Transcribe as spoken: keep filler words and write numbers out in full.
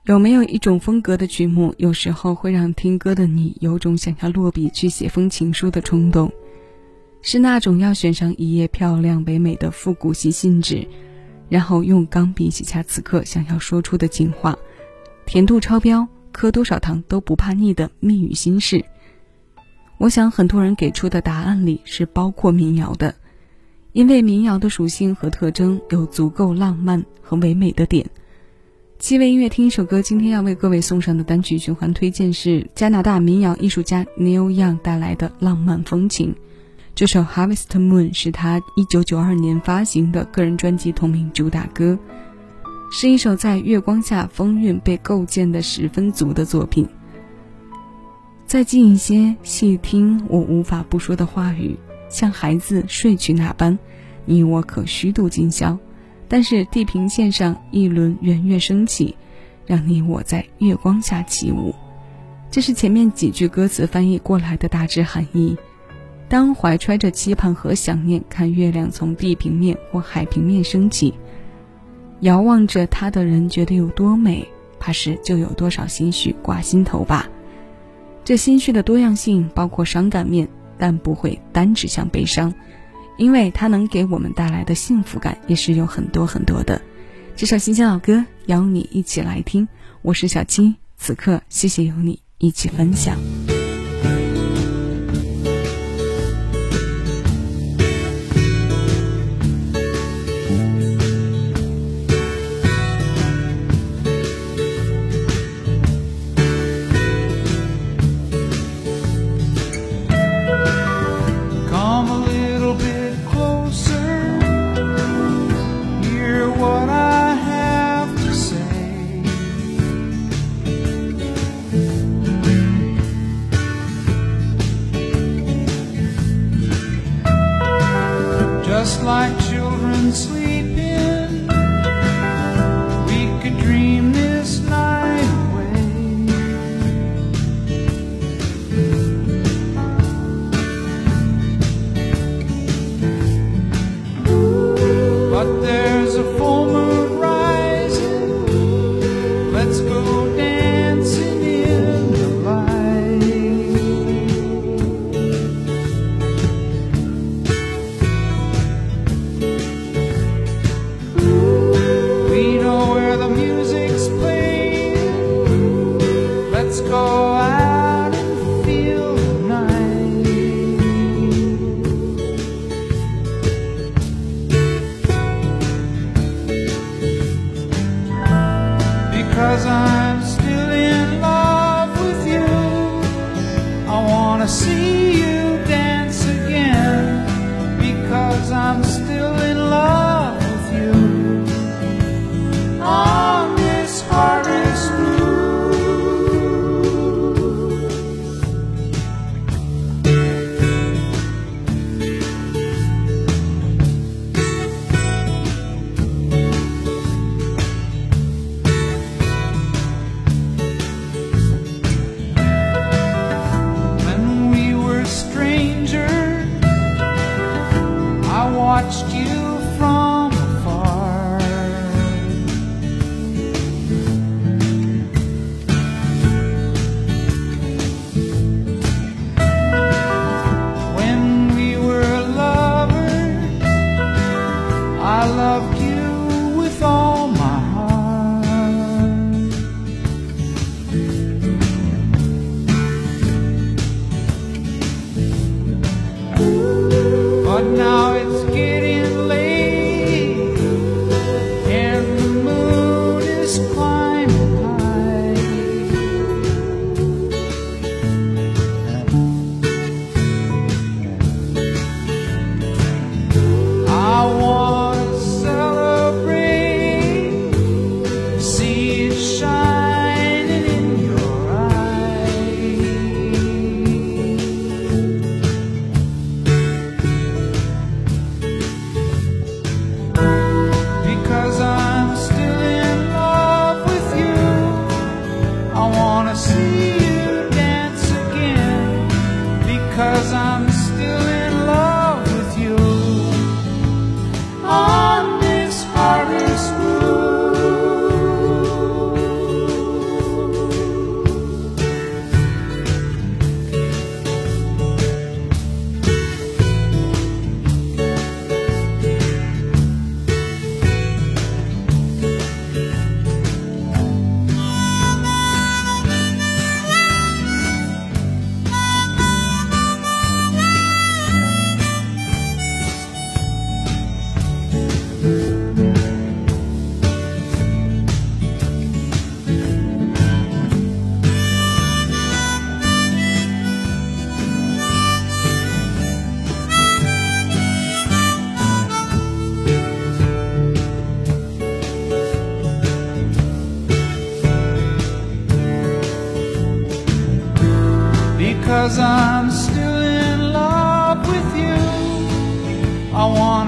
有没有一种风格的曲目，有时候会让听歌的你有种想要落笔去写封情书的冲动？是那种要选上一页漂亮唯美的复古系信纸，然后用钢笔写下此刻想要说出的情话，甜度超标，磕多少糖都不怕腻的蜜语心事。我想很多人给出的答案里是包括民谣的，因为民谣的属性和特征有足够浪漫和唯美的点。七位音乐听一首歌，今天要为各位送上的单曲循环推荐是加拿大民谣艺术家 Neil Young 带来的浪漫风情。这首 Harvest Moon 是他一九九二年发行的个人专辑同名主打歌，是一首在月光下风韵被构建的十分足的作品。再近一些，细听我无法不说的话语，像孩子睡去那般，你我可虚度今宵。但是地平线上一轮圆月升起，让你我在月光下起舞。这是前面几句歌词翻译过来的大致含义。当怀揣着期盼和想念看月亮从地平面或海平面升起，遥望着它的人觉得有多美，怕是就有多少心绪挂心头吧。这心绪的多样性包括伤感面，但不会单指向悲伤，因为它能给我们带来的幸福感也是有很多很多的。这首新鲜老歌邀你一起来听，我是小七，此刻谢谢有你一起分享。 Just like children sleeping, we could dream this night away. But there's a full moon rising, let's go dancing in the light. Go out and feel the night, because I'm still in love with you. I wanna see you dance again, because I'm still in love with you. On this harvest moon, because I'm still in love with you. I want